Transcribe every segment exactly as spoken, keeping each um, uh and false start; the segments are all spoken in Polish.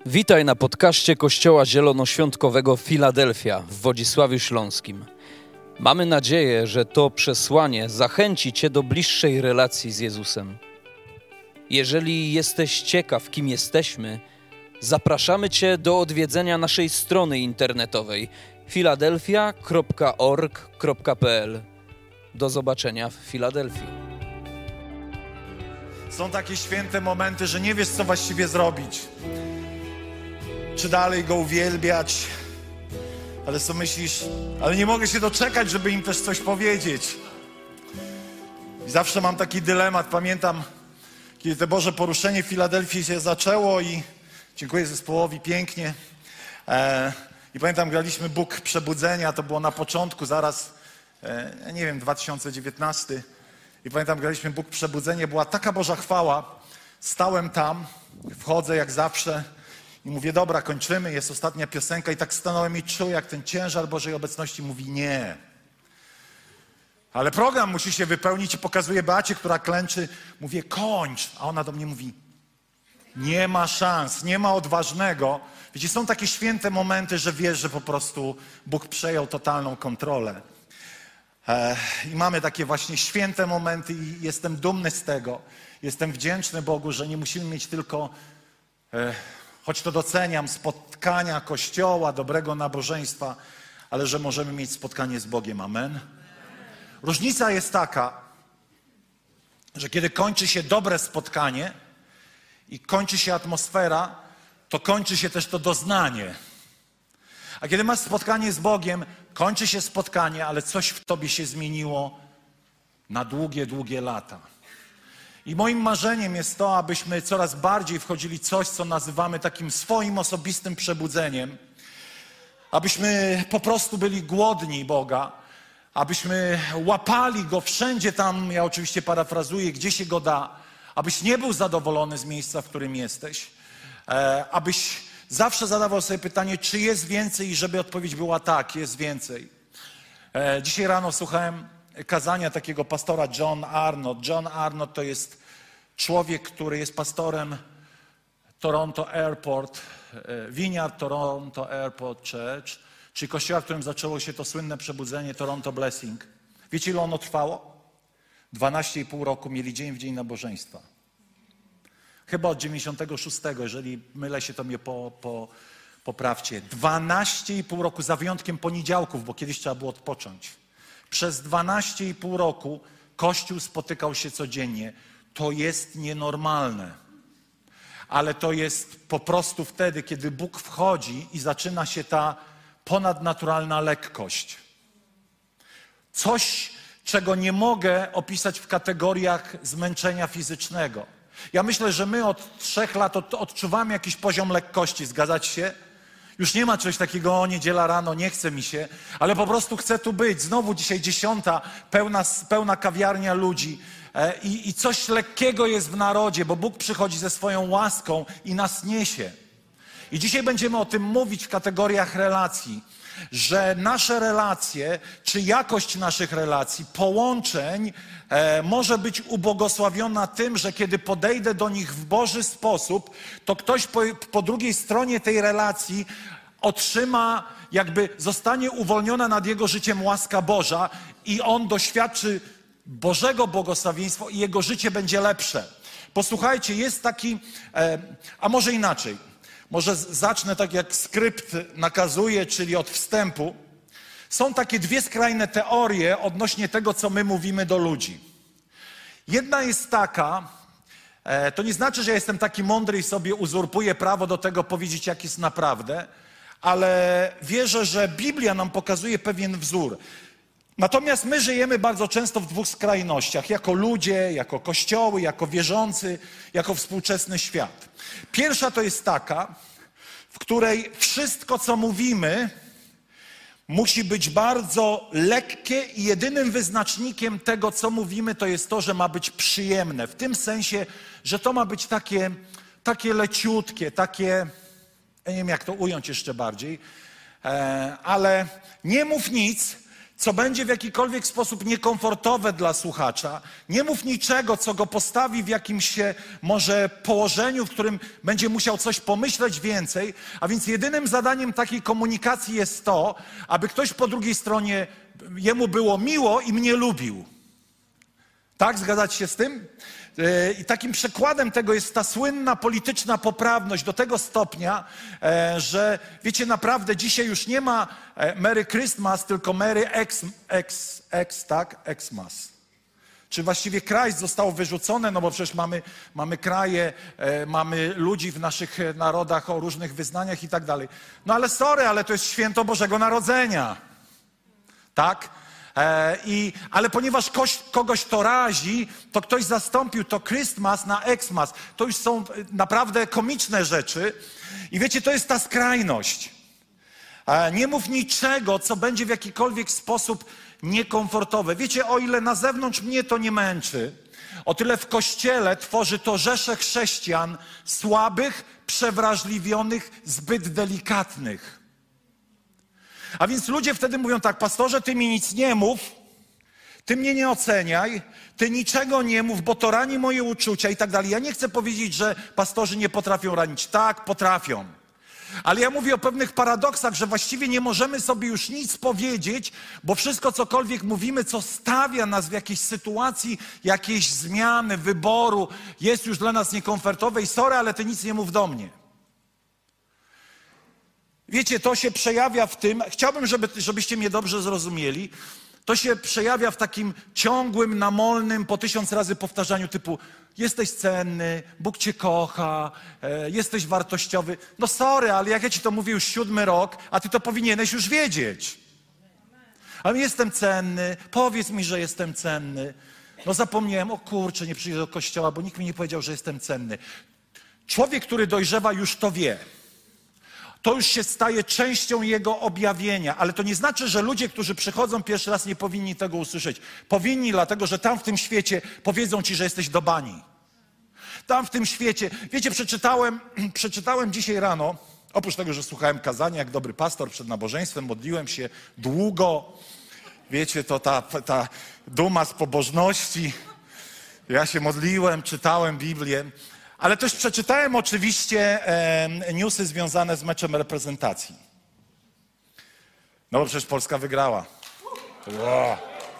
Witaj na podcaście Kościoła Zielonoświątkowego Filadelfia w Wodzisławiu Śląskim. Mamy nadzieję, że to przesłanie zachęci Cię do bliższej relacji z Jezusem. Jeżeli jesteś ciekaw, kim jesteśmy, zapraszamy Cię do odwiedzenia naszej strony internetowej filadelfia kropka org kropka p l. Do zobaczenia w Filadelfii. Są takie święte momenty, że nie wiesz, co właściwie zrobić. Czy dalej Go uwielbiać, ale co myślisz, ale nie mogę się doczekać, żeby im też coś powiedzieć. I zawsze mam taki dylemat. Pamiętam, kiedy to Boże poruszenie w Filadelfii się zaczęło i dziękuję zespołowi pięknie. E, I pamiętam, graliśmy Bóg Przebudzenia, to było na początku, zaraz, e, nie wiem, dwa tysiące dziewiętnasty. I pamiętam, graliśmy Bóg Przebudzenie, była taka Boża chwała. Stałem tam, wchodzę jak zawsze i mówię, dobra, kończymy, jest ostatnia piosenka. I tak stanąłem i czułem, jak ten ciężar Bożej obecności mówi nie. Ale program musi się wypełnić i pokazuje Beacie, która klęczy. Mówię, kończ. A ona do mnie mówi, nie ma szans, nie ma odważnego. Wiecie, są takie święte momenty, że wiesz, że po prostu Bóg przejął totalną kontrolę. I mamy takie właśnie święte momenty i jestem dumny z tego. Jestem wdzięczny Bogu, że nie musimy mieć tylko, choć to doceniam, spotkania Kościoła, dobrego nabożeństwa, ale że możemy mieć spotkanie z Bogiem. Amen. Różnica jest taka, że kiedy kończy się dobre spotkanie i kończy się atmosfera, to kończy się też to doznanie. A kiedy masz spotkanie z Bogiem, kończy się spotkanie, ale coś w tobie się zmieniło na długie, długie lata. I moim marzeniem jest to, abyśmy coraz bardziej wchodzili w coś, co nazywamy takim swoim osobistym przebudzeniem. Abyśmy po prostu byli głodni Boga, abyśmy łapali Go wszędzie tam, ja oczywiście parafrazuję, gdzie się Go da, abyś nie był zadowolony z miejsca, w którym jesteś, e, abyś zawsze zadawał sobie pytanie, czy jest więcej i żeby odpowiedź była tak, jest więcej. E, dzisiaj rano słuchałem kazania takiego pastora John Arnott. John Arnott to jest człowiek, który jest pastorem Toronto Airport, e, Vineyard Toronto Airport Church, czyli kościoła, w którym zaczęło się to słynne przebudzenie Toronto Blessing. Wiecie, ile ono trwało? dwanaście i pół roku mieli dzień w dzień nabożeństwa. Chyba od dziewięćdziesiątego szóstego, jeżeli mylę się, to mnie po, po, poprawcie. dwanaście i pół roku, za wyjątkiem poniedziałków, bo kiedyś trzeba było odpocząć. Przez dwanaście i pół roku Kościół spotykał się codziennie. To jest nienormalne. Ale to jest po prostu wtedy, kiedy Bóg wchodzi i zaczyna się ta ponadnaturalna lekkość. Coś, czego nie mogę opisać w kategoriach zmęczenia fizycznego. Ja myślę, że my od trzech lat od, odczuwamy jakiś poziom lekkości, zgadzać się? Już nie ma czegoś takiego, o niedziela rano, nie chce mi się, ale po prostu chcę tu być. Znowu dzisiaj dziesiąta, pełna, pełna kawiarnia ludzi e, i, i coś lekkiego jest w narodzie, bo Bóg przychodzi ze swoją łaską i nas niesie. I dzisiaj będziemy o tym mówić w kategoriach relacji, że nasze relacje, czy jakość naszych relacji, połączeń e, może być ubłogosławiona tym, że kiedy podejdę do nich w Boży sposób, to ktoś po, po drugiej stronie tej relacji otrzyma, jakby zostanie uwolniona nad jego życiem łaska Boża i on doświadczy Bożego błogosławieństwa i jego życie będzie lepsze. Posłuchajcie, jest taki, e, a może inaczej. Może zacznę tak, jak skrypt nakazuje, czyli od wstępu. Są takie dwie skrajne teorie odnośnie tego, co my mówimy do ludzi. Jedna jest taka, e, to nie znaczy, że ja jestem taki mądry i sobie uzurpuję prawo do tego powiedzieć, jak jest naprawdę, ale wierzę, że Biblia nam pokazuje pewien wzór. Natomiast my żyjemy bardzo często w dwóch skrajnościach, jako ludzie, jako kościoły, jako wierzący, jako współczesny świat. Pierwsza to jest taka, w której wszystko, co mówimy, musi być bardzo lekkie i jedynym wyznacznikiem tego, co mówimy, to jest to, że ma być przyjemne. W tym sensie, że to ma być takie, takie leciutkie, takie, ja nie wiem jak to ująć jeszcze bardziej, ale nie mów nic, co będzie w jakikolwiek sposób niekomfortowe dla słuchacza. Nie mów niczego, co go postawi w jakimś może położeniu, w którym będzie musiał coś pomyśleć więcej. A więc jedynym zadaniem takiej komunikacji jest to, aby ktoś po drugiej stronie, jemu było miło i mnie lubił. Tak? Zgadzać się z tym? I takim przykładem tego jest ta słynna polityczna poprawność do tego stopnia, że wiecie, naprawdę dzisiaj już nie ma Merry Christmas, tylko Merry X, X, X, tak? Xmas. Czy właściwie Christ został wyrzucony, no bo przecież mamy, mamy kraje, mamy ludzi w naszych narodach o różnych wyznaniach i tak dalej. No ale sorry, ale to jest święto Bożego Narodzenia. Tak? E, i, ale ponieważ koś, kogoś to razi, to ktoś zastąpił to Christmas na Xmas. To już są naprawdę komiczne rzeczy. I wiecie, to jest ta skrajność. E, nie mów niczego, co będzie w jakikolwiek sposób niekomfortowe. Wiecie, o ile na zewnątrz mnie to nie męczy, o tyle w Kościele tworzy to rzeszę chrześcijan słabych, przewrażliwionych, zbyt delikatnych. A więc ludzie wtedy mówią tak: pastorze, ty mi nic nie mów, ty mnie nie oceniaj, ty niczego nie mów, bo to rani moje uczucia i tak dalej. Ja nie chcę powiedzieć, że pastorzy nie potrafią ranić. Tak, potrafią. Ale ja mówię o pewnych paradoksach, że właściwie nie możemy sobie już nic powiedzieć, bo wszystko, cokolwiek mówimy, co stawia nas w jakiejś sytuacji, jakiejś zmiany, wyboru, jest już dla nas niekomfortowe i sorry, ale ty nic nie mów do mnie. Wiecie, to się przejawia w tym, chciałbym, żeby, żebyście mnie dobrze zrozumieli, to się przejawia w takim ciągłym, namolnym, po tysiąc razy powtarzaniu typu: jesteś cenny, Bóg cię kocha, e, jesteś wartościowy. No sorry, ale jak ja ci to mówię już siódmy rok, a ty to powinieneś już wiedzieć. Ale jestem cenny, powiedz mi, że jestem cenny. No zapomniałem, o kurczę, nie przyjdę do kościoła, bo nikt mi nie powiedział, że jestem cenny. Człowiek, który dojrzewa, już to wie. To już się staje częścią jego objawienia, ale to nie znaczy, że ludzie, którzy przychodzą pierwszy raz, nie powinni tego usłyszeć. Powinni, dlatego że tam w tym świecie powiedzą ci, że jesteś do bani. Tam w tym świecie, wiecie, przeczytałem, przeczytałem dzisiaj rano, oprócz tego, że słuchałem kazania jak dobry pastor przed nabożeństwem, modliłem się długo. Wiecie, to ta, ta duma z pobożności. Ja się modliłem, czytałem Biblię. Ale też przeczytałem oczywiście e, newsy związane z meczem reprezentacji. No bo przecież Polska wygrała. Wow.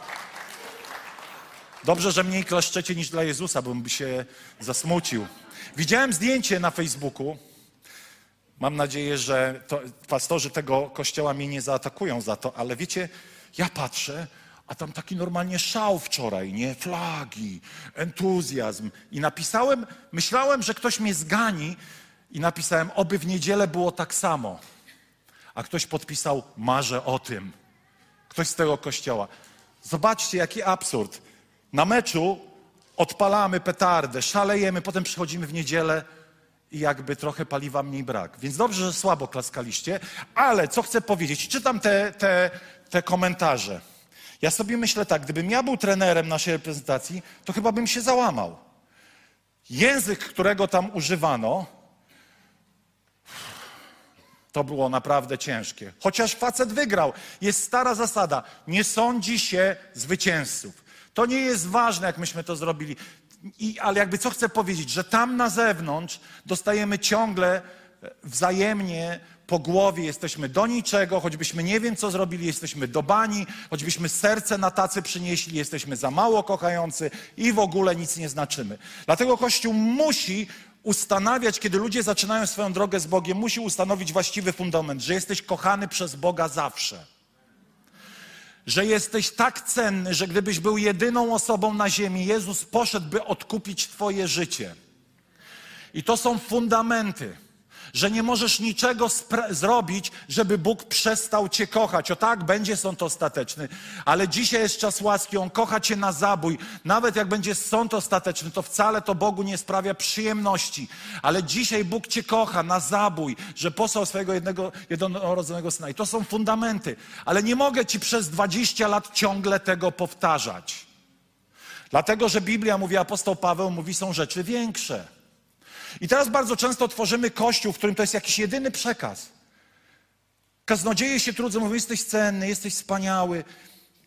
Dobrze, że mniej klaszczecie niż dla Jezusa, bo bym się zasmucił. Widziałem zdjęcie na Facebooku. Mam nadzieję, że to, pastorzy tego kościoła mnie nie zaatakują za to, ale wiecie, ja patrzę, a tam taki normalnie szał wczoraj, nie? Flagi, entuzjazm. I napisałem, myślałem, że ktoś mnie zgani i napisałem: oby w niedzielę było tak samo. A ktoś podpisał: marzę o tym. Ktoś z tego kościoła. Zobaczcie, jaki absurd. Na meczu odpalamy petardę, szalejemy, potem przychodzimy w niedzielę i jakby trochę paliwa mniej brak. Więc dobrze, że słabo klaskaliście, ale co chcę powiedzieć? Czytam te, te, te komentarze. Ja sobie myślę tak, gdybym ja był trenerem naszej reprezentacji, to chyba bym się załamał. Język, którego tam używano, to było naprawdę ciężkie. Chociaż facet wygrał. Jest stara zasada. Nie sądzi się zwycięzców. To nie jest ważne, jak myśmy to zrobili. I, ale jakby co chcę powiedzieć, że tam na zewnątrz dostajemy ciągle wzajemnie po głowie, jesteśmy do niczego, choćbyśmy nie wiem, co zrobili, jesteśmy do bani, choćbyśmy serce na tacy przynieśli, jesteśmy za mało kochający i w ogóle nic nie znaczymy. Dlatego Kościół musi ustanawiać, kiedy ludzie zaczynają swoją drogę z Bogiem, musi ustanowić właściwy fundament, że jesteś kochany przez Boga zawsze. Że jesteś tak cenny, że gdybyś był jedyną osobą na ziemi, Jezus poszedł, by odkupić twoje życie. I to są fundamenty. Że nie możesz niczego zrobić, żeby Bóg przestał cię kochać. O tak, będzie sąd ostateczny, ale dzisiaj jest czas łaski, On kocha cię na zabój. Nawet jak będzie sąd ostateczny, to wcale to Bogu nie sprawia przyjemności. Ale dzisiaj Bóg cię kocha na zabój, że posłał swojego jednego, jednorodzonego Syna. I to są fundamenty. Ale nie mogę ci przez dwadzieścia lat ciągle tego powtarzać. Dlatego, że Biblia mówi, apostoł Paweł mówi, są rzeczy większe. I teraz bardzo często tworzymy kościół, w którym to jest jakiś jedyny przekaz. Kaznodzieje się trudzą, mówią: jesteś cenny, jesteś wspaniały.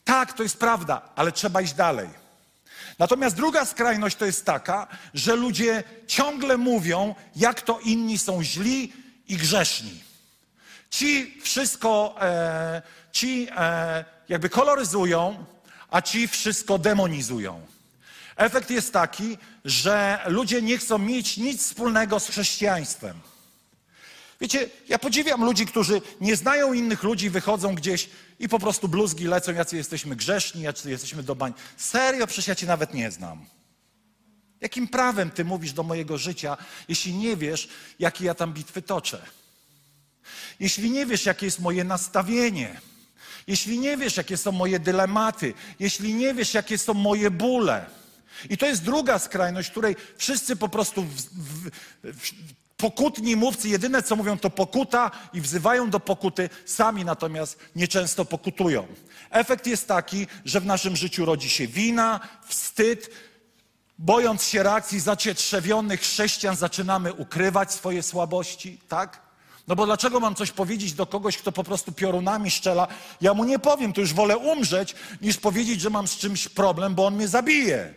Tak, to jest prawda, ale trzeba iść dalej. Natomiast druga skrajność to jest taka, że ludzie ciągle mówią, jak to inni są źli i grzeszni. Ci wszystko, e, ci e, jakby koloryzują, a ci wszystko demonizują. Efekt jest taki, że ludzie nie chcą mieć nic wspólnego z chrześcijaństwem. Wiecie, ja podziwiam ludzi, którzy nie znają innych ludzi, wychodzą gdzieś i po prostu bluzgi lecą, jacy jesteśmy grzeszni, jacy jesteśmy do bań. Serio, przecież ja cię nawet nie znam. Jakim prawem ty mówisz do mojego życia, jeśli nie wiesz, jakie ja tam bitwy toczę? Jeśli nie wiesz, jakie jest moje nastawienie, jeśli nie wiesz, jakie są moje dylematy, jeśli nie wiesz, jakie są moje bóle. I to jest druga skrajność, w której wszyscy po prostu w, w, w, pokutni mówcy, jedyne co mówią to pokuta i wzywają do pokuty, sami natomiast nieczęsto pokutują. Efekt jest taki, że w naszym życiu rodzi się wina, wstyd. Bojąc się reakcji zacietrzewionych chrześcijan, zaczynamy ukrywać swoje słabości, tak? No bo dlaczego mam coś powiedzieć do kogoś, kto po prostu piorunami szczela? Ja mu nie powiem, to już wolę umrzeć, niż powiedzieć, że mam z czymś problem, bo on mnie zabije.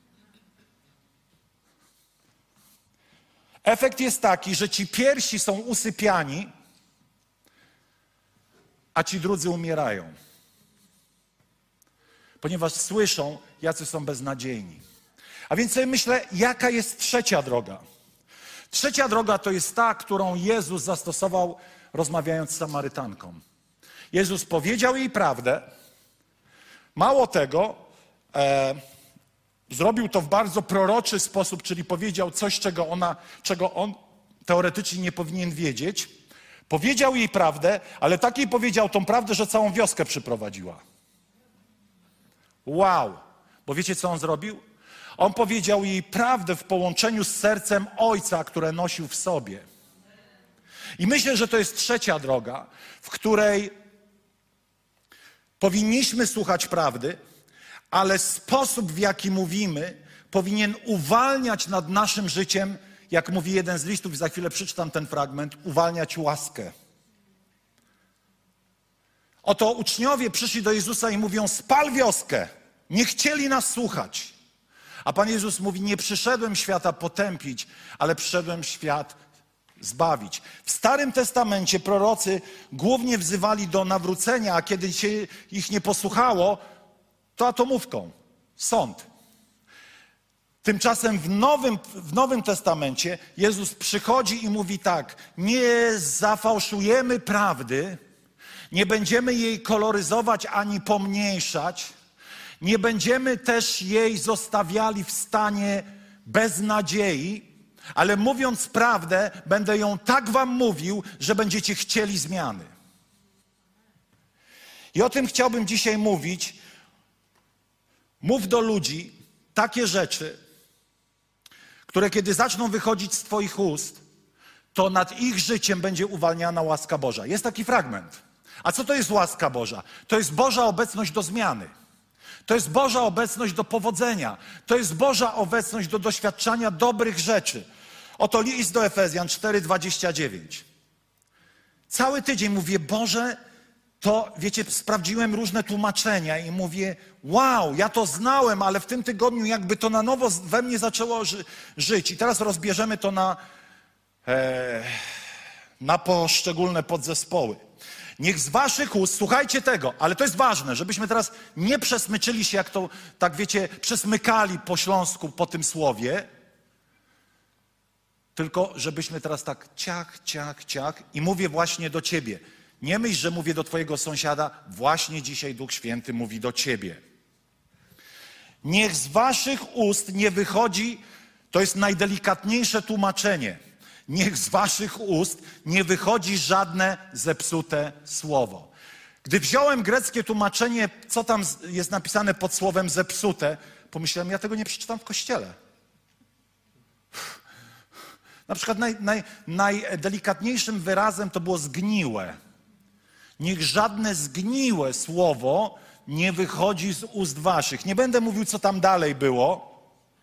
Efekt jest taki, że ci pierwsi są usypiani, a ci drudzy umierają. Ponieważ słyszą, jacy są beznadziejni. A więc sobie myślę, jaka jest trzecia droga? Trzecia droga to jest ta, którą Jezus zastosował, rozmawiając z Samarytanką. Jezus powiedział jej prawdę. Mało tego, e, zrobił to w bardzo proroczy sposób, czyli powiedział coś, czego, ona, czego on teoretycznie nie powinien wiedzieć. Powiedział jej prawdę, ale tak jej powiedział tą prawdę, że całą wioskę przyprowadziła. Wow! Bo wiecie, co on zrobił? On powiedział jej prawdę w połączeniu z sercem Ojca, które nosił w sobie. I myślę, że to jest trzecia droga, w której powinniśmy słuchać prawdy, ale sposób, w jaki mówimy, powinien uwalniać nad naszym życiem, jak mówi jeden z listów, za chwilę przeczytam ten fragment, uwalniać łaskę. Oto uczniowie przyszli do Jezusa i mówią, spal wioskę. Nie chcieli nas słuchać. A Pan Jezus mówi, nie przyszedłem świata potępić, ale przyszedłem świat zbawić. W Starym Testamencie prorocy głównie wzywali do nawrócenia, a kiedy się ich nie posłuchało, to atomówką, sąd. Tymczasem w Nowym, w Nowym Testamencie Jezus przychodzi i mówi tak, nie zafałszujemy prawdy, nie będziemy jej koloryzować ani pomniejszać, nie będziemy też jej zostawiali w stanie beznadziei, ale mówiąc prawdę, będę ją tak wam mówił, że będziecie chcieli zmiany. I o tym chciałbym dzisiaj mówić. Mów do ludzi takie rzeczy, które kiedy zaczną wychodzić z twoich ust, to nad ich życiem będzie uwalniana łaska Boża. Jest taki fragment. A co to jest łaska Boża? To jest Boża obecność do zmiany. To jest Boża obecność do powodzenia. To jest Boża obecność do doświadczania dobrych rzeczy. Oto list do Efezjan cztery, dwadzieścia dziewięć. Cały tydzień mówię, Boże, to wiecie, sprawdziłem różne tłumaczenia i mówię, wow, ja to znałem, ale w tym tygodniu jakby to na nowo we mnie zaczęło ży- żyć. I teraz rozbierzemy to na, e, na poszczególne podzespoły. Niech z waszych ust, słuchajcie tego, ale to jest ważne, żebyśmy teraz nie przesmyczyli się, jak to, tak wiecie, przesmykali po śląsku po tym słowie, tylko żebyśmy teraz tak ciach, ciach, ciach i mówię właśnie do ciebie. Nie myśl, że mówię do twojego sąsiada, właśnie dzisiaj Duch Święty mówi do ciebie. Niech z waszych ust nie wychodzi, to jest najdelikatniejsze tłumaczenie, niech z waszych ust nie wychodzi żadne zepsute słowo. Gdy wziąłem greckie tłumaczenie, co tam jest napisane pod słowem zepsute, pomyślałem, ja tego nie przeczytam w kościele. Na przykład naj, naj, najdelikatniejszym wyrazem to było zgniłe. Niech żadne zgniłe słowo nie wychodzi z ust waszych. Nie będę mówił, co tam dalej było.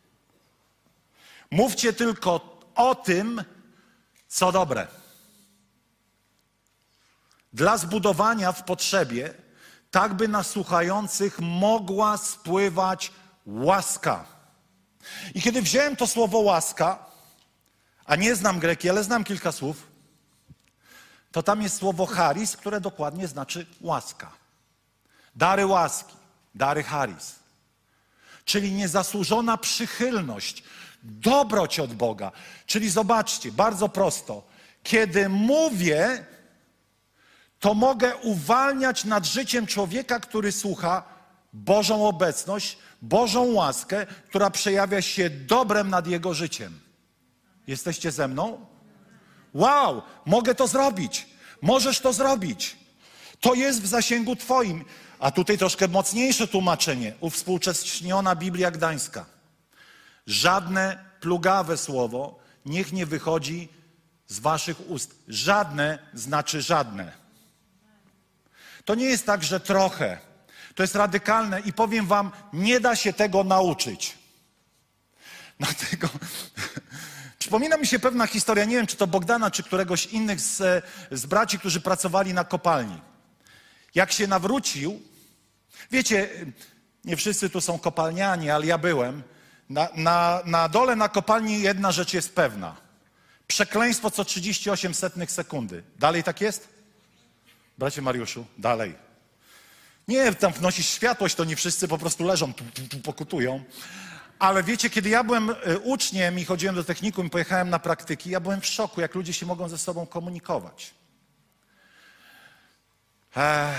Mówcie tylko o tym, co dobre. Dla zbudowania w potrzebie, tak by na słuchających mogła spływać łaska. I kiedy wziąłem to słowo łaska, a nie znam greki, ale znam kilka słów, to tam jest słowo charis, które dokładnie znaczy łaska. Dary łaski, dary charis. Czyli niezasłużona przychylność, dobroć od Boga. Czyli zobaczcie, bardzo prosto, kiedy mówię, to mogę uwalniać nad życiem człowieka, który słucha, Bożą obecność, Bożą łaskę, która przejawia się dobrem nad jego życiem. Jesteście ze mną? Wow, mogę to zrobić. Możesz to zrobić. To jest w zasięgu twoim. A tutaj troszkę mocniejsze tłumaczenie. Uwspółcześniona Biblia Gdańska. Żadne plugawe słowo niech nie wychodzi z waszych ust. Żadne znaczy żadne. To nie jest tak, że trochę. To jest radykalne i powiem wam, nie da się tego nauczyć. Dlatego przypomina mi się pewna historia, nie wiem, czy to Bogdana, czy któregoś innych z, z braci, którzy pracowali na kopalni. Jak się nawrócił, wiecie, nie wszyscy tu są kopalniani, ale ja byłem. Na, na, na dole na kopalni jedna rzecz jest pewna. Przekleństwo co trzydzieści osiem setnych sekundy. Dalej tak jest? Bracie Mariuszu, dalej. Nie, tam wnosisz światłość, to nie wszyscy po prostu leżą, tu, tu, tu pokutują. Ale wiecie, kiedy ja byłem uczniem i chodziłem do technikum i pojechałem na praktyki, ja byłem w szoku, jak ludzie się mogą ze sobą komunikować. Ech.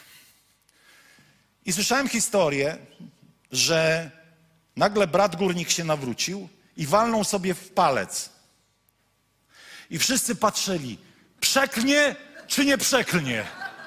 I słyszałem historię, że nagle brat górnik się nawrócił i walnął sobie w palec. I wszyscy patrzyli, przeklnie czy nie przeklnie?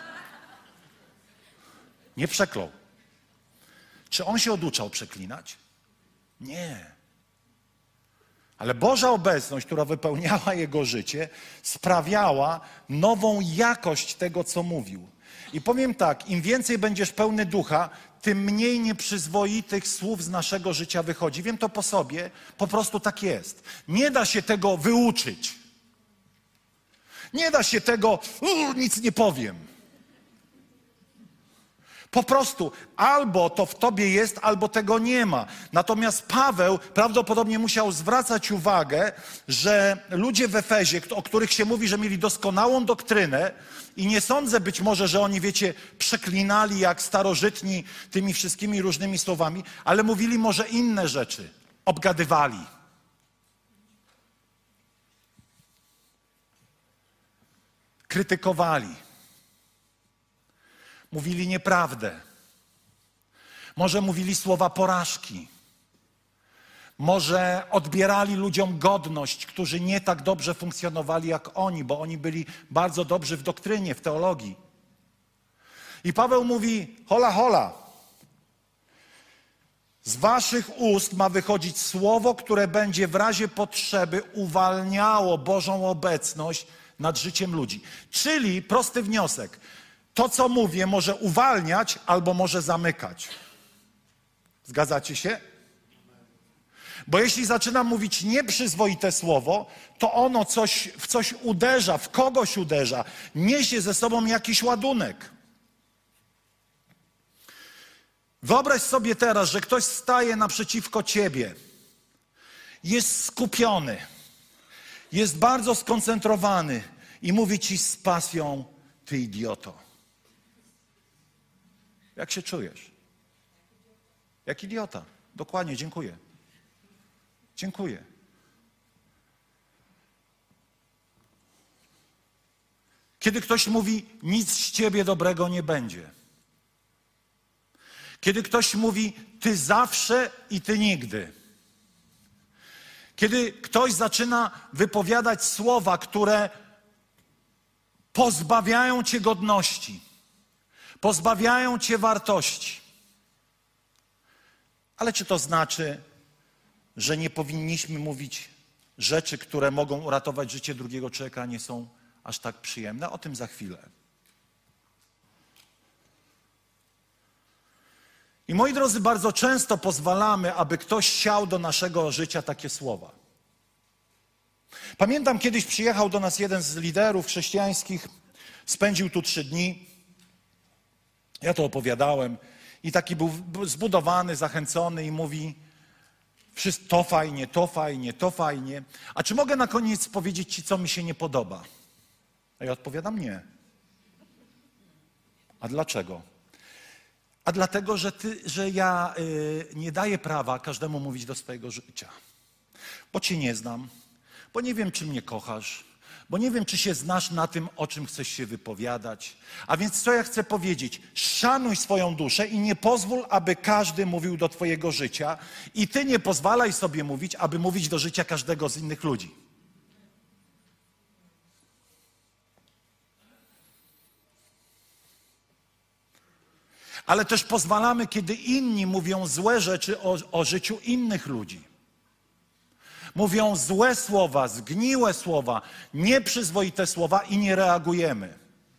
Nie przeklął. Czy on się oduczał przeklinać? Nie. Ale Boża obecność, która wypełniała jego życie, sprawiała nową jakość tego, co mówił. I powiem tak, im więcej będziesz pełny ducha, tym mniej nieprzyzwoitych słów z naszego życia wychodzi. Wiem to po sobie, po prostu tak jest. Nie da się tego wyuczyć. Nie da się tego, uh, nic nie powiem. Po prostu albo to w tobie jest, albo tego nie ma. Natomiast Paweł prawdopodobnie musiał zwracać uwagę, że ludzie w Efezie, o których się mówi, że mieli doskonałą doktrynę i nie sądzę być może, że oni, wiecie, przeklinali jak starożytni tymi wszystkimi różnymi słowami, ale mówili może inne rzeczy, obgadywali. Krytykowali. Mówili nieprawdę. Może mówili słowa porażki. Może odbierali ludziom godność, którzy nie tak dobrze funkcjonowali jak oni, bo oni byli bardzo dobrzy w doktrynie, w teologii. I Paweł mówi, hola, hola. Z waszych ust ma wychodzić słowo, które będzie w razie potrzeby uwalniało Bożą obecność nad życiem ludzi. Czyli prosty wniosek. To, co mówię, może uwalniać albo może zamykać. Zgadzacie się? Bo jeśli zaczynam mówić nieprzyzwoite słowo, to ono coś, w coś uderza, w kogoś uderza, niesie ze sobą jakiś ładunek. Wyobraź sobie teraz, że ktoś staje naprzeciwko ciebie, jest skupiony, jest bardzo skoncentrowany i mówi ci z pasją, ty idioto. Jak się czujesz? Jak idiota. Dokładnie, dziękuję. Dziękuję. Kiedy ktoś mówi, nic z ciebie dobrego nie będzie. Kiedy ktoś mówi, ty zawsze i ty nigdy. Kiedy ktoś zaczyna wypowiadać słowa, które pozbawiają cię godności, pozbawiają cię wartości. Ale czy to znaczy, że nie powinniśmy mówić rzeczy, które mogą uratować życie drugiego człowieka, a nie są aż tak przyjemne? O tym za chwilę. I moi drodzy, bardzo często pozwalamy, aby ktoś siał do naszego życia takie słowa. Pamiętam, kiedyś przyjechał do nas jeden z liderów chrześcijańskich, spędził tu trzy dni Ja to opowiadałem i taki był zbudowany, zachęcony i mówi: wszystko to fajnie, to fajnie, to fajnie. A czy mogę na koniec powiedzieć ci, co mi się nie podoba? A ja odpowiadam: nie. A dlaczego? A dlatego, że, ty, że ja y, nie daję prawa każdemu mówić do swojego życia. Bo cię nie znam, bo nie wiem, czy mnie kochasz, bo nie wiem, czy się znasz na tym, o czym chcesz się wypowiadać. A więc co ja chcę powiedzieć? Szanuj swoją duszę i nie pozwól, aby każdy mówił do twojego życia. I ty nie pozwalaj sobie mówić, aby mówić do życia każdego z innych ludzi. Ale też pozwalamy, kiedy inni mówią złe rzeczy o, o życiu innych ludzi. Mówią złe słowa, zgniłe słowa, nieprzyzwoite słowa i nie reagujemy.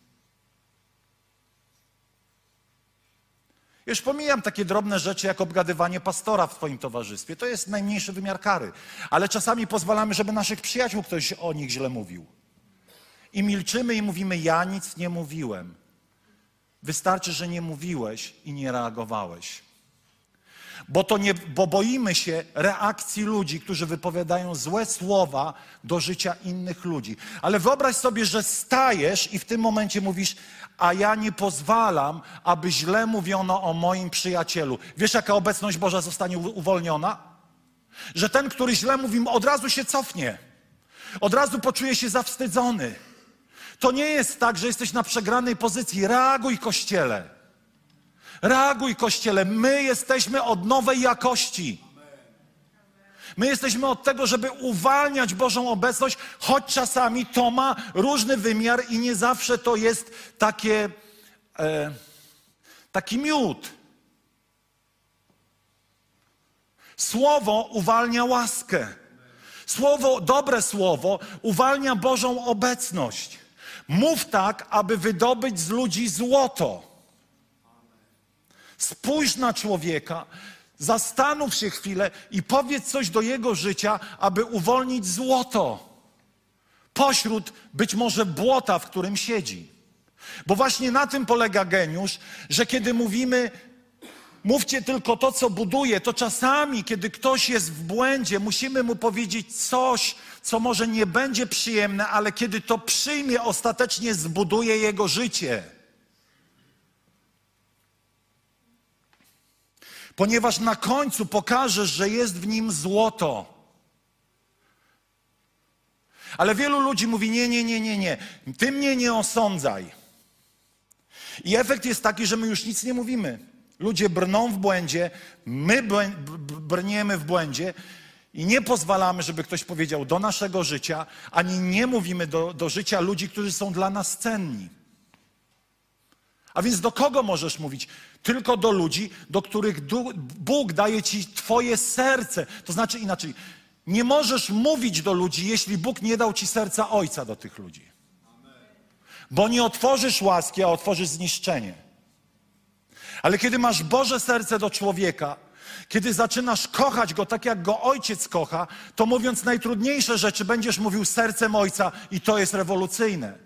Już pomijam takie drobne rzeczy, jak obgadywanie pastora w twoim towarzystwie. To jest najmniejszy wymiar kary. Ale czasami pozwalamy, żeby naszych przyjaciół ktoś o nich źle mówił. I milczymy i mówimy: ja nic nie mówiłem. Wystarczy, że nie mówiłeś i nie reagowałeś. Bo, to nie, bo boimy się reakcji ludzi, którzy wypowiadają złe słowa do życia innych ludzi. Ale wyobraź sobie, że stajesz i w tym momencie mówisz: a ja nie pozwalam, aby źle mówiono o moim przyjacielu. Wiesz, jaka obecność Boża zostanie uwolniona? Że ten, który źle mówi, od razu się cofnie. Od razu poczuje się zawstydzony. To nie jest tak, że jesteś na przegranej pozycji. Reaguj, Kościele. Reaguj, Kościele. My jesteśmy od nowej jakości. My jesteśmy od tego, żeby uwalniać Bożą obecność, choć czasami to ma różny wymiar i nie zawsze to jest takie, e, taki miód. Słowo uwalnia łaskę. Słowo, dobre słowo uwalnia Bożą obecność. Mów tak, aby wydobyć z ludzi złoto. Spójrz na człowieka, zastanów się chwilę i powiedz coś do jego życia, aby uwolnić złoto. Pośród być może błota, w którym siedzi. Bo właśnie na tym polega geniusz, że kiedy mówimy: mówcie tylko to, co buduje, to czasami, kiedy ktoś jest w błędzie, musimy mu powiedzieć coś, co może nie będzie przyjemne, ale kiedy to przyjmie, ostatecznie zbuduje jego życie. Ponieważ na końcu pokażesz, że jest w nim złoto. Ale wielu ludzi mówi: nie, nie, nie, nie, nie, ty mnie nie osądzaj. I efekt jest taki, że my już nic nie mówimy. Ludzie brną w błędzie, my brniemy w błędzie i nie pozwalamy, żeby ktoś powiedział do naszego życia, ani nie mówimy do, do życia ludzi, którzy są dla nas cenni. A więc do kogo możesz mówić? Tylko do ludzi, do których Bóg daje ci twoje serce. To znaczy inaczej, nie możesz mówić do ludzi, jeśli Bóg nie dał ci serca Ojca do tych ludzi. Bo nie otworzysz łaski, a otworzysz zniszczenie. Ale kiedy masz Boże serce do człowieka, kiedy zaczynasz kochać Go tak, jak Go Ojciec kocha, to mówiąc najtrudniejsze rzeczy, będziesz mówił sercem Ojca i to jest rewolucyjne.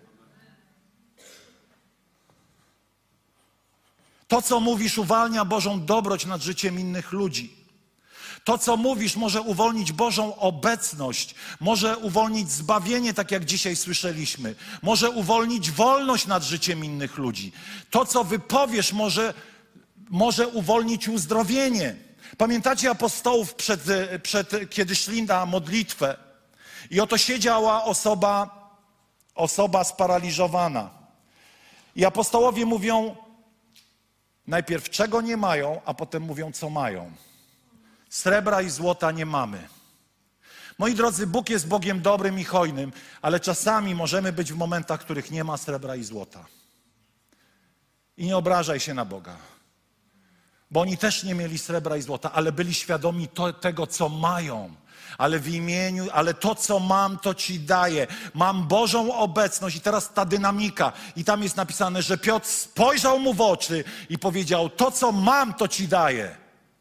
To, co mówisz, uwalnia Bożą dobroć nad życiem innych ludzi. To, co mówisz, może uwolnić Bożą obecność, może uwolnić zbawienie, tak jak dzisiaj słyszeliśmy, może uwolnić wolność nad życiem innych ludzi. To, co wypowiesz, może, może uwolnić uzdrowienie. Pamiętacie apostołów, przed, przed, kiedy szli na modlitwę i oto siedziała osoba, osoba sparaliżowana. I apostołowie mówią najpierw, czego nie mają, a potem mówią, co mają. Srebra i złota nie mamy. Moi drodzy, Bóg jest Bogiem dobrym i hojnym, ale czasami możemy być w momentach, w których nie ma srebra i złota. I nie obrażaj się na Boga, bo oni też nie mieli srebra i złota, ale byli świadomi to, tego, co mają. Ale w imieniu, ale to, co mam, to Ci daję. Mam Bożą obecność i teraz ta dynamika. I tam jest napisane, że Piotr spojrzał mu w oczy i powiedział, to, co mam, to Ci daję.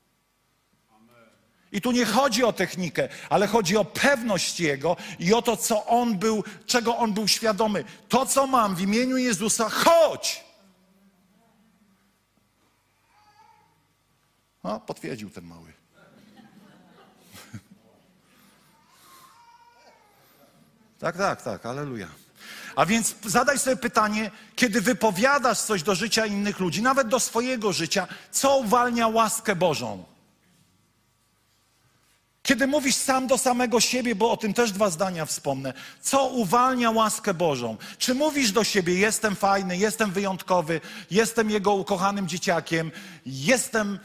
I tu nie chodzi o technikę, ale chodzi o pewność Jego i o to, co On był, czego On był świadomy. To, co mam w imieniu Jezusa, chodź! O, potwierdził ten mały. Tak, tak, tak, alleluja. A więc zadaj sobie pytanie, kiedy wypowiadasz coś do życia innych ludzi, nawet do swojego życia, co uwalnia łaskę Bożą? Kiedy mówisz sam do samego siebie, bo o tym też dwa zdania wspomnę, co uwalnia łaskę Bożą? Czy mówisz do siebie, jestem fajny, jestem wyjątkowy, jestem Jego ukochanym dzieciakiem, jestem...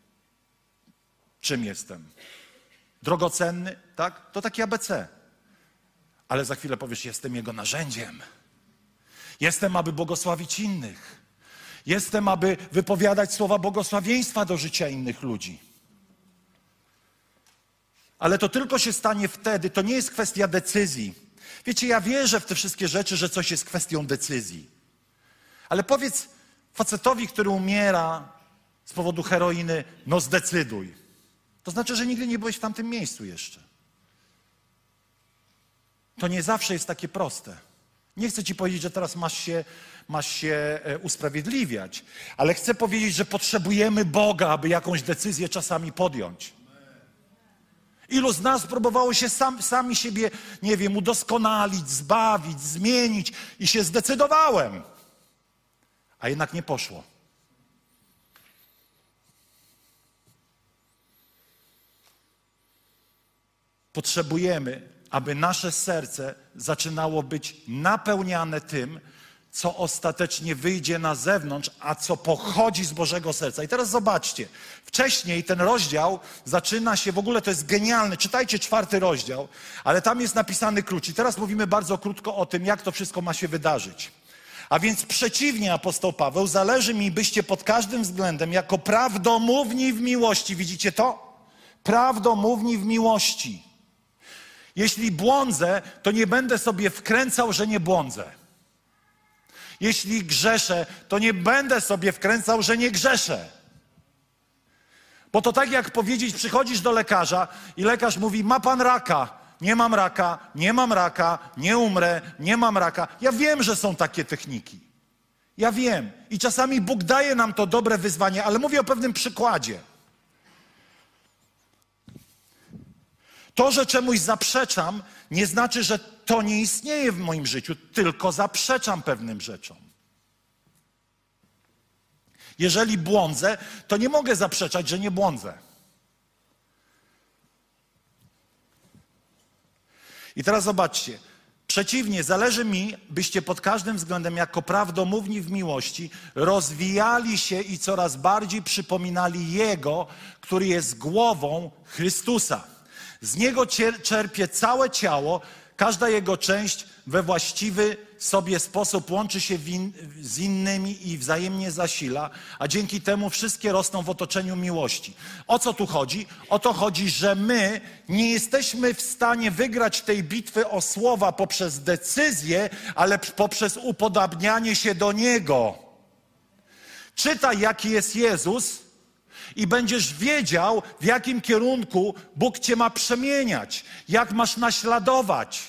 Czym jestem? Drogocenny, tak? To takie A B C. Ale za chwilę powiesz, jestem Jego narzędziem. Jestem, aby błogosławić innych. Jestem, aby wypowiadać słowa błogosławieństwa do życia innych ludzi. Ale to tylko się stanie wtedy, to nie jest kwestia decyzji. Wiecie, ja wierzę w te wszystkie rzeczy, że coś jest kwestią decyzji. Ale powiedz facetowi, który umiera z powodu heroiny, no zdecyduj. To znaczy, że nigdy nie byłeś w tamtym miejscu jeszcze. To nie zawsze jest takie proste. Nie chcę ci powiedzieć, że teraz masz się, masz się usprawiedliwiać, ale chcę powiedzieć, że potrzebujemy Boga, aby jakąś decyzję czasami podjąć. Ilu z nas próbowało się sam, sami siebie, nie wiem, udoskonalić, zbawić, zmienić i się zdecydowałem, a jednak nie poszło. Potrzebujemy, aby nasze serce zaczynało być napełniane tym, co ostatecznie wyjdzie na zewnątrz, a co pochodzi z Bożego serca. I teraz zobaczcie, wcześniej ten rozdział zaczyna się, w ogóle to jest genialne, czytajcie czwarty rozdział, ale tam jest napisany klucz. I teraz mówimy bardzo krótko o tym, jak to wszystko ma się wydarzyć. A więc przeciwnie, apostoł Paweł, zależy mi, byście pod każdym względem jako prawdomówni w miłości, widzicie to? Prawdomówni w miłości. Jeśli błądzę, to nie będę sobie wkręcał, że nie błądzę. Jeśli grzeszę, to nie będę sobie wkręcał, że nie grzeszę. Bo to tak jak powiedzieć, przychodzisz do lekarza i lekarz mówi, ma pan raka. Nie mam raka, nie mam raka, nie umrę, nie mam raka. Ja wiem, że są takie techniki. Ja wiem. I czasami Bóg daje nam to dobre wyzwanie, ale mówię o pewnym przykładzie. To, że czemuś zaprzeczam, nie znaczy, że to nie istnieje w moim życiu, tylko zaprzeczam pewnym rzeczom. Jeżeli błądzę, to nie mogę zaprzeczać, że nie błądzę. I teraz zobaczcie. Przeciwnie, zależy mi, byście pod każdym względem jako prawdomówni w miłości rozwijali się i coraz bardziej przypominali Jego, który jest głową Chrystusa. Z Niego czerpie całe ciało, każda Jego część we właściwy sobie sposób łączy się in, z innymi i wzajemnie zasila, a dzięki temu wszystkie rosną w otoczeniu miłości. O co tu chodzi? O to chodzi, że my nie jesteśmy w stanie wygrać tej bitwy o słowa poprzez decyzję, ale poprzez upodabnianie się do Niego. Czytaj, jaki jest Jezus, i będziesz wiedział, w jakim kierunku Bóg cię ma przemieniać, jak masz naśladować.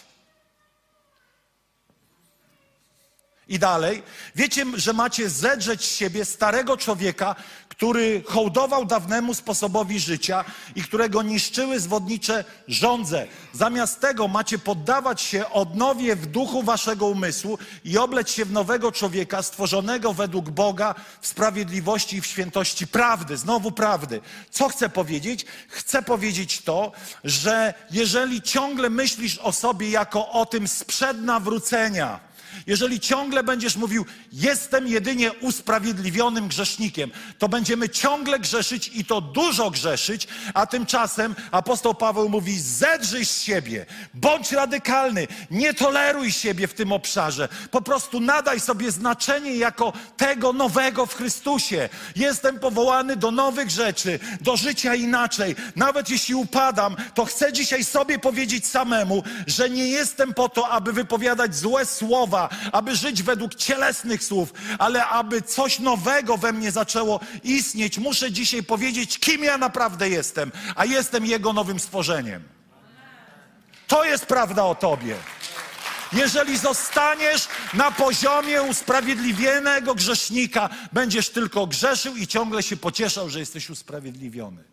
I dalej, wiecie, że macie zedrzeć z siebie starego człowieka, który hołdował dawnemu sposobowi życia i którego niszczyły zwodnicze żądze. Zamiast tego macie poddawać się odnowie w duchu waszego umysłu i obleć się w nowego człowieka stworzonego według Boga w sprawiedliwości i w świętości prawdy. Znowu prawdy. Co chcę powiedzieć? Chcę powiedzieć to, że jeżeli ciągle myślisz o sobie jako o tym sprzed nawrócenia, jeżeli ciągle będziesz mówił, jestem jedynie usprawiedliwionym grzesznikiem, to będziemy ciągle grzeszyć i to dużo grzeszyć, a tymczasem apostoł Paweł mówi, zedrzyj z siebie, bądź radykalny, nie toleruj siebie w tym obszarze. Po prostu nadaj sobie znaczenie jako tego nowego w Chrystusie. Jestem powołany do nowych rzeczy, do życia inaczej. Nawet jeśli upadam, to chcę dzisiaj sobie powiedzieć samemu, że nie jestem po to, aby wypowiadać złe słowa, aby żyć według cielesnych słów, ale aby coś nowego we mnie zaczęło istnieć, muszę dzisiaj powiedzieć, kim ja naprawdę jestem, a jestem Jego nowym stworzeniem. To jest prawda o Tobie. Jeżeli zostaniesz na poziomie usprawiedliwionego grzesznika, będziesz tylko grzeszył i ciągle się pocieszał, że jesteś usprawiedliwiony.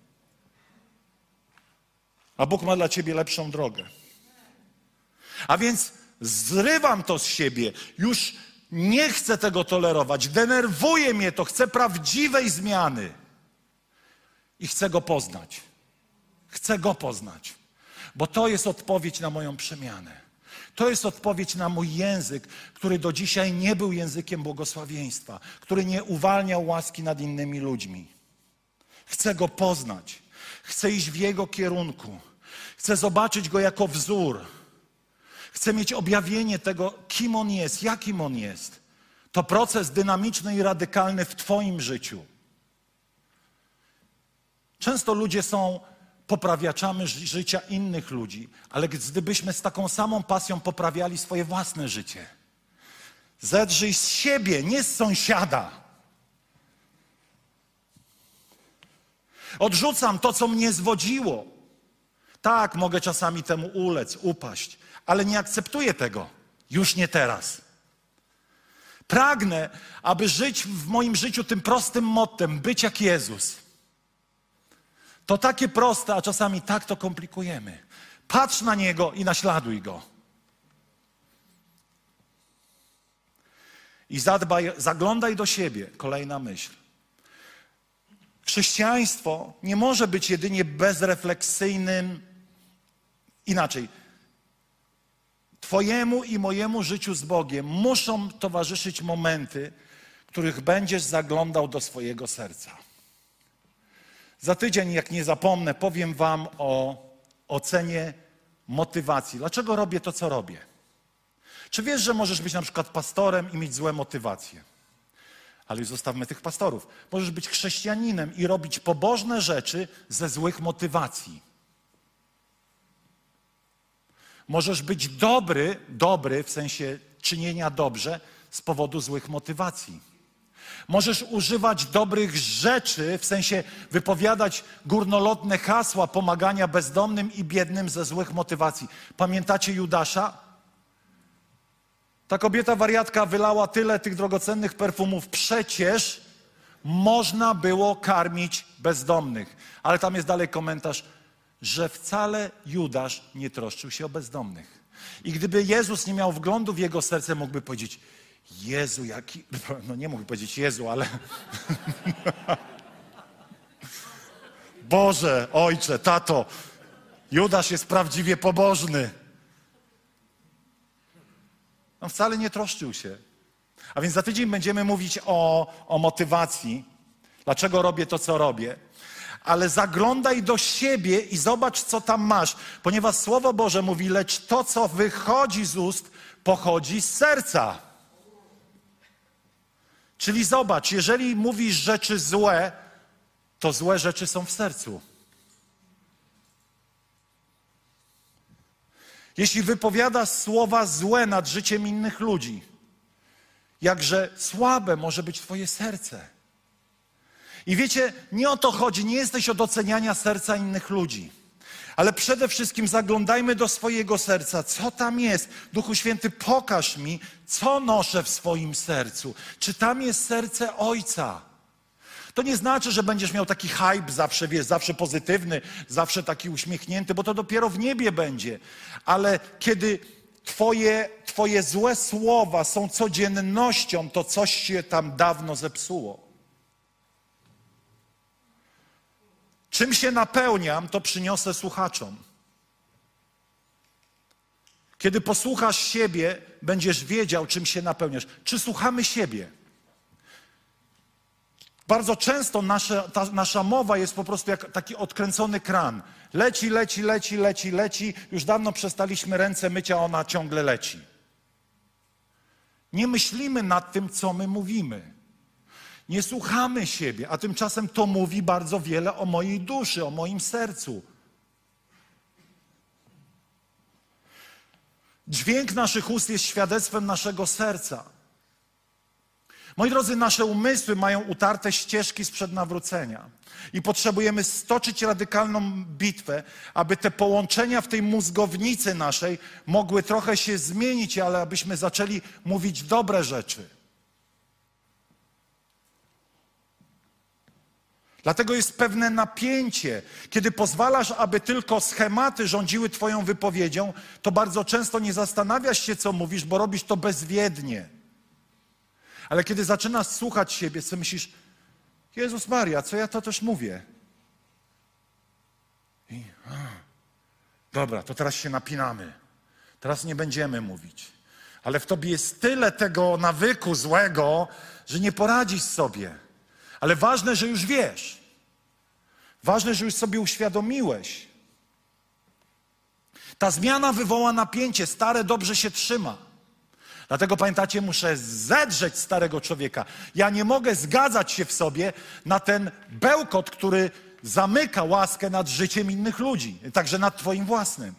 A Bóg ma dla ciebie lepszą drogę. A więc zrywam to z siebie. Już nie chcę tego tolerować. Denerwuje mnie to. Chcę prawdziwej zmiany. I chcę Go poznać. Chcę Go poznać. Bo to jest odpowiedź na moją przemianę. To jest odpowiedź na mój język, który do dzisiaj nie był językiem błogosławieństwa, który nie uwalniał łaski nad innymi ludźmi. Chcę Go poznać. Chcę iść w Jego kierunku. Chcę zobaczyć Go jako wzór. Chcę mieć objawienie tego, kim On jest, jakim On jest. To proces dynamiczny i radykalny w Twoim życiu. Często ludzie są poprawiaczami życia innych ludzi, ale gdybyśmy z taką samą pasją poprawiali swoje własne życie. Zedrzyj z siebie, nie z sąsiada. Odrzucam to, co mnie zwodziło. Tak, mogę czasami temu ulec, upaść, ale nie akceptuję tego. Już nie teraz. Pragnę, aby żyć w moim życiu tym prostym mottem, być jak Jezus. To takie proste, a czasami tak to komplikujemy. Patrz na Niego i naśladuj Go. I zadbaj, zaglądaj do siebie. Kolejna myśl. Chrześcijaństwo nie może być jedynie bezrefleksyjnym. Inaczej. Twojemu i mojemu życiu z Bogiem muszą towarzyszyć momenty, w których będziesz zaglądał do swojego serca. Za tydzień, jak nie zapomnę, powiem wam o ocenie motywacji. Dlaczego robię to, co robię? Czy wiesz, że możesz być na przykład pastorem i mieć złe motywacje? Ale już zostawmy tych pastorów. Możesz być chrześcijaninem i robić pobożne rzeczy ze złych motywacji. Możesz być dobry, dobry w sensie czynienia dobrze z powodu złych motywacji. Możesz używać dobrych rzeczy, w sensie wypowiadać górnolotne hasła pomagania bezdomnym i biednym ze złych motywacji. Pamiętacie Judasza? Ta kobieta wariatka wylała tyle tych drogocennych perfumów. Przecież można było karmić bezdomnych. Ale tam jest dalej komentarz, że wcale Judasz nie troszczył się o bezdomnych. I gdyby Jezus nie miał wglądu w jego serce, mógłby powiedzieć: Jezu, jaki... No nie mógł powiedzieć Jezu, ale... Boże, Ojcze, Tato, Judasz jest prawdziwie pobożny. On wcale nie troszczył się. A więc za tydzień będziemy mówić o, o motywacji. Dlaczego robię to, co robię. Ale zaglądaj do siebie i zobacz, co tam masz. Ponieważ Słowo Boże mówi, lecz to, co wychodzi z ust, pochodzi z serca. Czyli zobacz, jeżeli mówisz rzeczy złe, to złe rzeczy są w sercu. Jeśli wypowiadasz słowa złe nad życiem innych ludzi, jakże słabe może być twoje serce. I wiecie, nie o to chodzi, nie jesteś od oceniania serca innych ludzi. Ale przede wszystkim zaglądajmy do swojego serca. Co tam jest? Duchu Święty, pokaż mi, co noszę w swoim sercu. Czy tam jest serce Ojca? To nie znaczy, że będziesz miał taki hype zawsze, wiesz, zawsze pozytywny, zawsze taki uśmiechnięty, bo to dopiero w niebie będzie. Ale kiedy twoje, twoje złe słowa są codziennością, to coś się tam dawno zepsuło. Czym się napełniam, to przyniosę słuchaczom. Kiedy posłuchasz siebie, będziesz wiedział, czym się napełniasz. Czy słuchamy siebie? Bardzo często nasza, ta, nasza mowa jest po prostu jak taki odkręcony kran. Leci, leci, leci, leci, leci. Już dawno przestaliśmy ręce myć, a ona ciągle leci. Nie myślimy nad tym, co my mówimy. Nie słuchamy siebie, a tymczasem to mówi bardzo wiele o mojej duszy, o moim sercu. Dźwięk naszych ust jest świadectwem naszego serca. Moi drodzy, nasze umysły mają utarte ścieżki sprzed nawrócenia. I potrzebujemy stoczyć radykalną bitwę, aby te połączenia w tej mózgownicy naszej mogły trochę się zmienić, ale abyśmy zaczęli mówić dobre rzeczy. Dlatego jest pewne napięcie. Kiedy pozwalasz, aby tylko schematy rządziły twoją wypowiedzią, to bardzo często nie zastanawiasz się, co mówisz, bo robisz to bezwiednie. Ale kiedy zaczynasz słuchać siebie, to myślisz, Jezus Maria, co ja to też mówię? I, a, dobra, to teraz się napinamy. Teraz nie będziemy mówić. Ale w tobie jest tyle tego nawyku złego, że nie poradzisz sobie. Ale ważne, że już wiesz. Ważne, że już sobie uświadomiłeś. Ta zmiana wywoła napięcie. Stare dobrze się trzyma. Dlatego pamiętacie, muszę zedrzeć starego człowieka. Ja nie mogę zgadzać się w sobie na ten bełkot, który zamyka łaskę nad życiem innych ludzi. Także nad twoim własnym.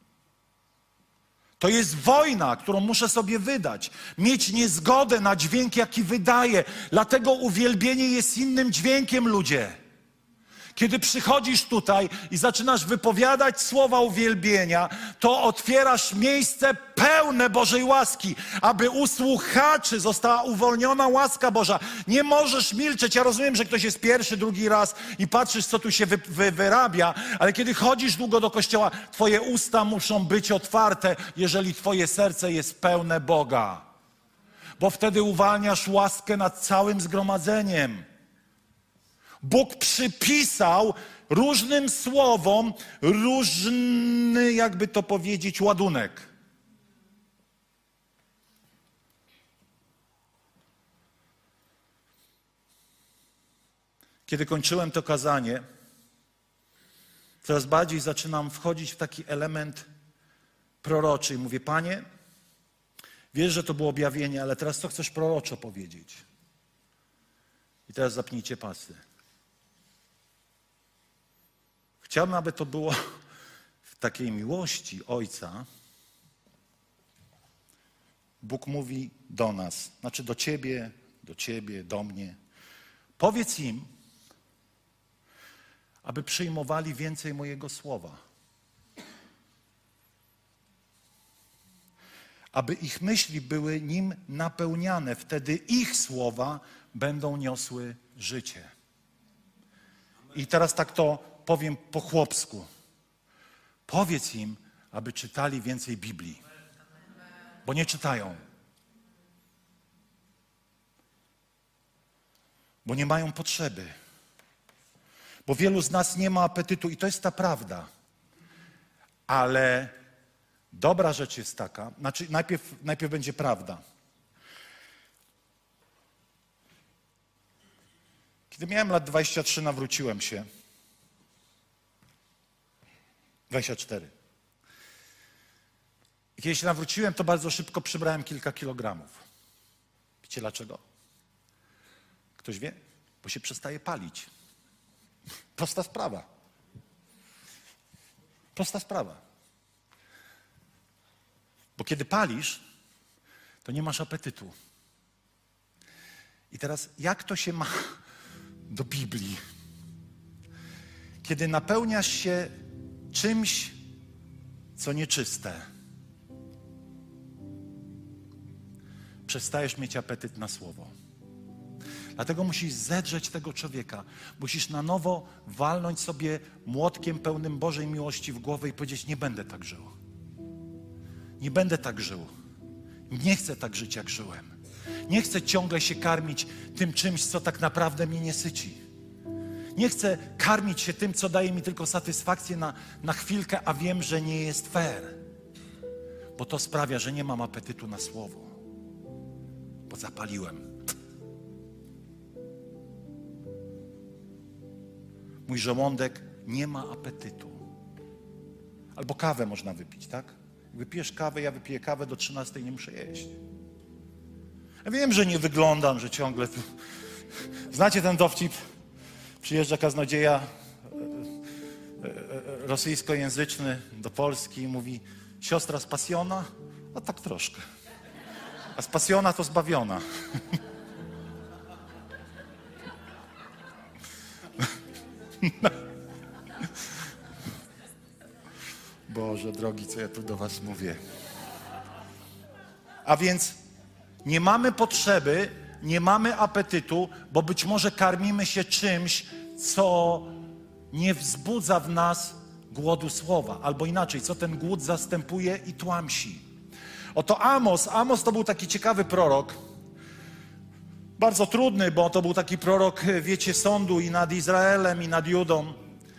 To jest wojna, którą muszę sobie wydać. Mieć niezgodę na dźwięk, jaki wydaję. Dlatego uwielbienie jest innym dźwiękiem, ludzie. Kiedy przychodzisz tutaj i zaczynasz wypowiadać słowa uwielbienia, to otwierasz miejsce pełne Bożej łaski, aby u słuchaczy została uwolniona łaska Boża. Nie możesz milczeć. Ja rozumiem, że ktoś jest pierwszy, drugi raz i patrzysz, co tu się wy, wy, wyrabia, ale kiedy chodzisz długo do kościoła, twoje usta muszą być otwarte, jeżeli twoje serce jest pełne Boga. Bo wtedy uwalniasz łaskę nad całym zgromadzeniem. Bóg przypisał różnym słowom różny, jakby to powiedzieć, ładunek. Kiedy kończyłem to kazanie, coraz bardziej zaczynam wchodzić w taki element proroczy i mówię, Panie, wiesz, że to było objawienie, ale teraz co chcesz proroczo powiedzieć? I teraz zapnijcie pasy. Chciałbym, aby to było w takiej miłości Ojca. Bóg mówi do nas, znaczy do Ciebie, do Ciebie, do mnie. Powiedz im, aby przyjmowali więcej mojego słowa. Aby ich myśli były nim napełniane. Wtedy ich słowa będą niosły życie. I teraz tak to powiem po chłopsku. Powiedz im, aby czytali więcej Biblii. Bo nie czytają. Bo nie mają potrzeby. Bo wielu z nas nie ma apetytu i to jest ta prawda. Ale dobra rzecz jest taka, znaczy najpierw, najpierw będzie prawda. Kiedy miałem lat dwadzieścia trzy, nawróciłem się. dwadzieścia cztery. I kiedy się nawróciłem, to bardzo szybko przybrałem kilka kilogramów. Wiecie dlaczego? Ktoś wie? Bo się przestaje palić. Prosta sprawa. Prosta sprawa. Bo kiedy palisz, to nie masz apetytu. I teraz jak to się ma do Biblii? Kiedy napełniasz się czymś, co nieczyste, przestajesz mieć apetyt na słowo. Dlatego musisz zedrzeć tego człowieka. Musisz na nowo walnąć sobie młotkiem pełnym Bożej miłości w głowę i powiedzieć, nie będę tak żył. Nie będę tak żył. Nie chcę tak żyć, jak żyłem. Nie chcę ciągle się karmić tym czymś, co tak naprawdę mnie nie syci. Nie chcę karmić się tym, co daje mi tylko satysfakcję na, na chwilkę, a wiem, że nie jest fair. Bo to sprawia, że nie mam apetytu na słowo. Bo zapaliłem. Mój żołądek nie ma apetytu. Albo kawę można wypić, tak? Wypijesz kawę, ja wypiję kawę do trzynastej, nie muszę jeść. Ja wiem, że nie wyglądam, że ciągle... Tu... Znacie ten dowcip? Przyjeżdża kaznodzieja rosyjskojęzyczny do Polski i mówi, siostra spasiona? No tak troszkę. A spasiona to zbawiona. Boże drogi, co ja tu do was mówię. A więc nie mamy potrzeby, nie mamy apetytu, bo być może karmimy się czymś, co nie wzbudza w nas głodu słowa. Albo inaczej, co ten głód zastępuje i tłamsi. Oto Amos, Amos to był taki ciekawy prorok. Bardzo trudny, bo to był taki prorok, wiecie, sądu i nad Izraelem, i nad Judą.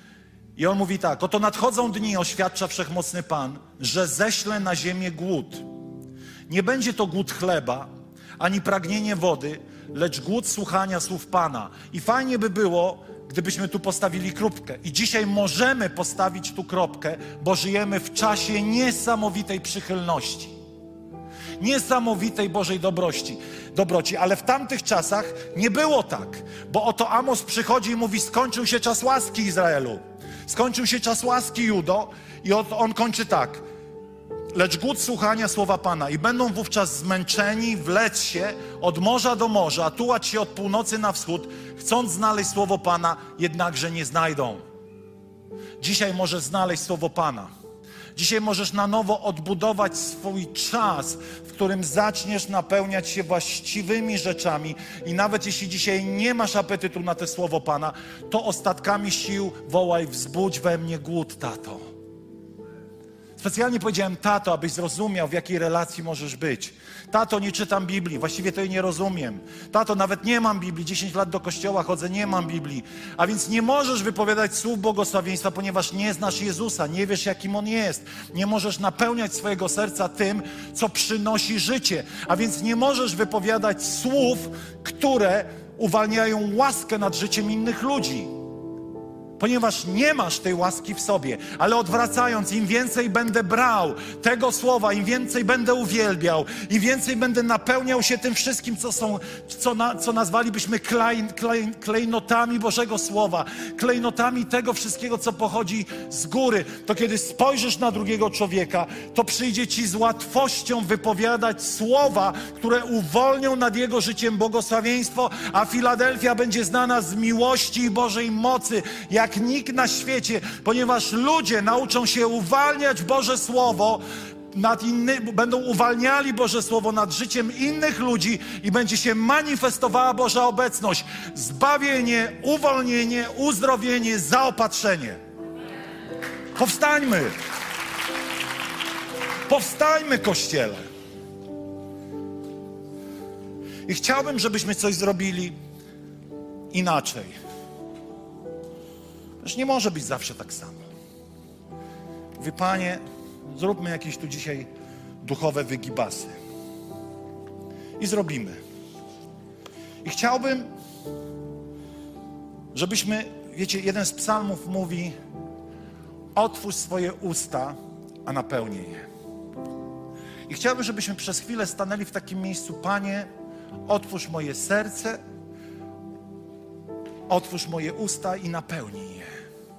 I on mówi tak: oto nadchodzą dni, oświadcza Wszechmocny Pan, że ześlę na ziemię głód. Nie będzie to głód chleba, ani pragnienie wody, lecz głód słuchania słów Pana. I fajnie by było, gdybyśmy tu postawili kropkę. I dzisiaj możemy postawić tu kropkę, bo żyjemy w czasie niesamowitej przychylności. Niesamowitej Bożej dobroci. dobroci. Ale w tamtych czasach nie było tak. Bo oto Amos przychodzi i mówi: skończył się czas łaski Izraelu. Skończył się czas łaski Judo. I on kończy tak: lecz głód słuchania słowa Pana i będą wówczas zmęczeni, wlec się od morza do morza, tułać się od północy na wschód, chcąc znaleźć słowo Pana, jednakże nie znajdą. Dzisiaj możesz znaleźć słowo Pana. Dzisiaj możesz na nowo odbudować swój czas, w którym zaczniesz napełniać się właściwymi rzeczami. I nawet jeśli dzisiaj nie masz apetytu na te słowo Pana, to ostatkami sił wołaj: wzbudź we mnie głód, tato. Specjalnie powiedziałem tato, abyś zrozumiał, w jakiej relacji możesz być. Tato, nie czytam Biblii, właściwie to jej nie rozumiem. Tato, nawet nie mam Biblii, dziesięć lat do kościoła chodzę, nie mam Biblii. A więc nie możesz wypowiadać słów błogosławieństwa, ponieważ nie znasz Jezusa, nie wiesz, jakim On jest. Nie możesz napełniać swojego serca tym, co przynosi życie. A więc nie możesz wypowiadać słów, które uwalniają łaskę nad życiem innych ludzi. Ponieważ nie masz tej łaski w sobie. Ale odwracając, im więcej będę brał tego słowa, im więcej będę uwielbiał, im więcej będę napełniał się tym wszystkim, co są, co, na, co nazwalibyśmy klej, klej, klejnotami Bożego Słowa, klejnotami tego wszystkiego, co pochodzi z góry, to kiedy spojrzysz na drugiego człowieka, to przyjdzie ci z łatwością wypowiadać słowa, które uwolnią nad jego życiem błogosławieństwo, a Filadelfia będzie znana z miłości i Bożej mocy, jak jak nikt na świecie, ponieważ ludzie nauczą się uwalniać Boże Słowo, nad inny, będą uwalniali Boże Słowo nad życiem innych ludzi i będzie się manifestowała Boża obecność. Zbawienie, uwolnienie, uzdrowienie, zaopatrzenie. Powstańmy! Powstańmy, Kościele! I chciałbym, żebyśmy coś zrobili inaczej. Już nie może być zawsze tak samo. Mówię: Panie, zróbmy jakieś tu dzisiaj duchowe wygibasy. I zrobimy. I chciałbym, żebyśmy, wiecie, jeden z psalmów mówi: otwórz swoje usta, a napełnię je. I chciałbym, żebyśmy przez chwilę stanęli w takim miejscu: Panie, otwórz moje serce, otwórz moje usta i napełnij je.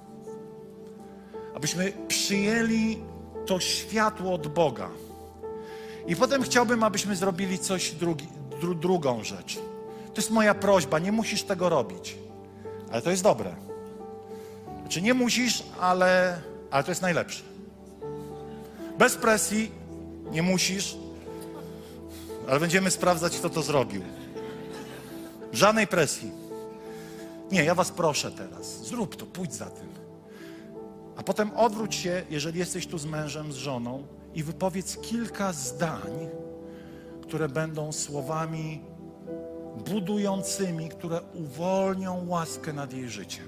Abyśmy przyjęli to światło od Boga. I potem chciałbym, abyśmy zrobili coś drugi, dru, drugą rzecz. To jest moja prośba, nie musisz tego robić. Ale to jest dobre. Znaczy nie musisz, ale, ale to jest najlepsze. Bez presji, nie musisz, ale będziemy sprawdzać, kto to zrobił. Żadnej presji. Nie, ja was proszę teraz, zrób to, pójdź za tym. A potem odwróć się, jeżeli jesteś tu z mężem, z żoną, i wypowiedz kilka zdań, które będą słowami budującymi, które uwolnią łaskę nad jej życiem.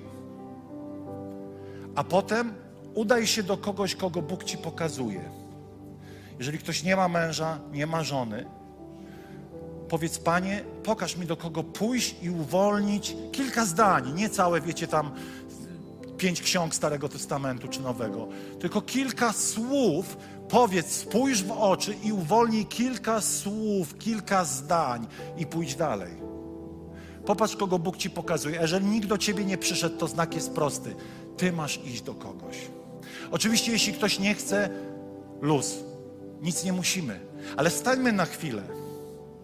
A potem udaj się do kogoś, kogo Bóg ci pokazuje. Jeżeli ktoś nie ma męża, nie ma żony, powiedz: Panie, pokaż mi, do kogo pójść i uwolnić kilka zdań, nie całe, wiecie, tam pięć ksiąg Starego Testamentu czy Nowego, tylko kilka słów. Powiedz, spójrz w oczy i uwolnij kilka słów, kilka zdań i pójdź dalej. Popatrz, kogo Bóg ci pokazuje. Jeżeli nikt do ciebie nie przyszedł, to znak jest prosty. Ty masz iść do kogoś. Oczywiście, jeśli ktoś nie chce, luz. Nic nie musimy. Ale stańmy na chwilę.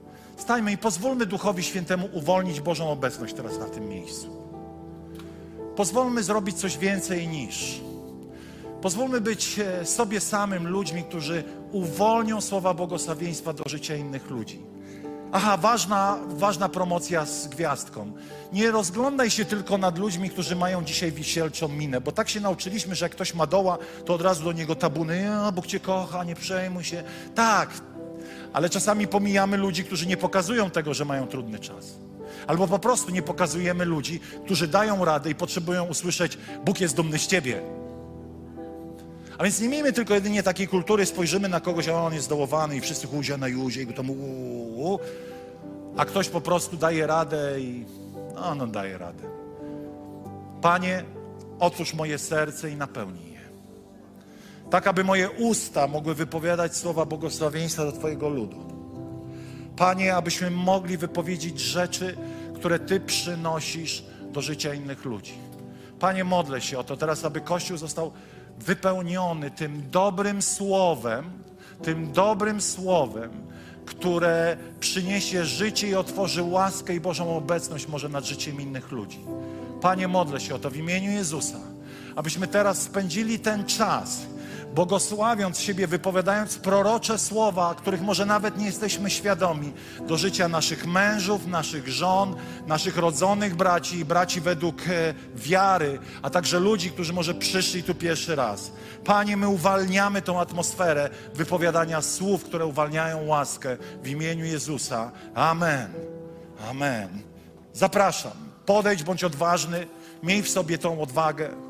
Stańmy i pozwólmy Duchowi Świętemu uwolnić Bożą obecność teraz na tym miejscu. Pozwólmy zrobić coś więcej niż. Pozwólmy być sobie samym ludźmi, którzy uwolnią słowa błogosławieństwa do życia innych ludzi. Aha, ważna, ważna promocja z gwiazdką. Nie rozglądaj się tylko nad ludźmi, którzy mają dzisiaj wisielczą minę, bo tak się nauczyliśmy, że jak ktoś ma doła, to od razu do niego tabuny, a Bóg cię kocha, nie przejmuj się. Tak, ale czasami pomijamy ludzi, którzy nie pokazują tego, że mają trudny czas. Albo po prostu nie pokazujemy ludzi, którzy dają radę i potrzebują usłyszeć: Bóg jest dumny z ciebie. A więc nie miejmy tylko jedynie takiej kultury, spojrzymy na kogoś, a on jest zdołowany i wszyscy huzia na juzie i go tam uuu, a ktoś po prostu daje radę i no, no daje radę. Panie, otwórz moje serce i napełnij je. Tak, aby moje usta mogły wypowiadać słowa błogosławieństwa do Twojego ludu. Panie, abyśmy mogli wypowiedzieć rzeczy, które Ty przynosisz do życia innych ludzi. Panie, modlę się o to teraz, aby Kościół został wypełniony tym dobrym słowem, tym dobrym słowem, które przyniesie życie i otworzy łaskę i Bożą obecność może nad życiem innych ludzi. Panie, modlę się o to w imieniu Jezusa, abyśmy teraz spędzili ten czas, błogosławiąc siebie, wypowiadając prorocze słowa, których może nawet nie jesteśmy świadomi, do życia naszych mężów, naszych żon, naszych rodzonych braci i braci według e, wiary, a także ludzi, którzy może przyszli tu pierwszy raz. Panie, my uwalniamy tą atmosferę wypowiadania słów, które uwalniają łaskę w imieniu Jezusa. Amen. Amen. Zapraszam. Podejdź, bądź odważny. Miej w sobie tą odwagę.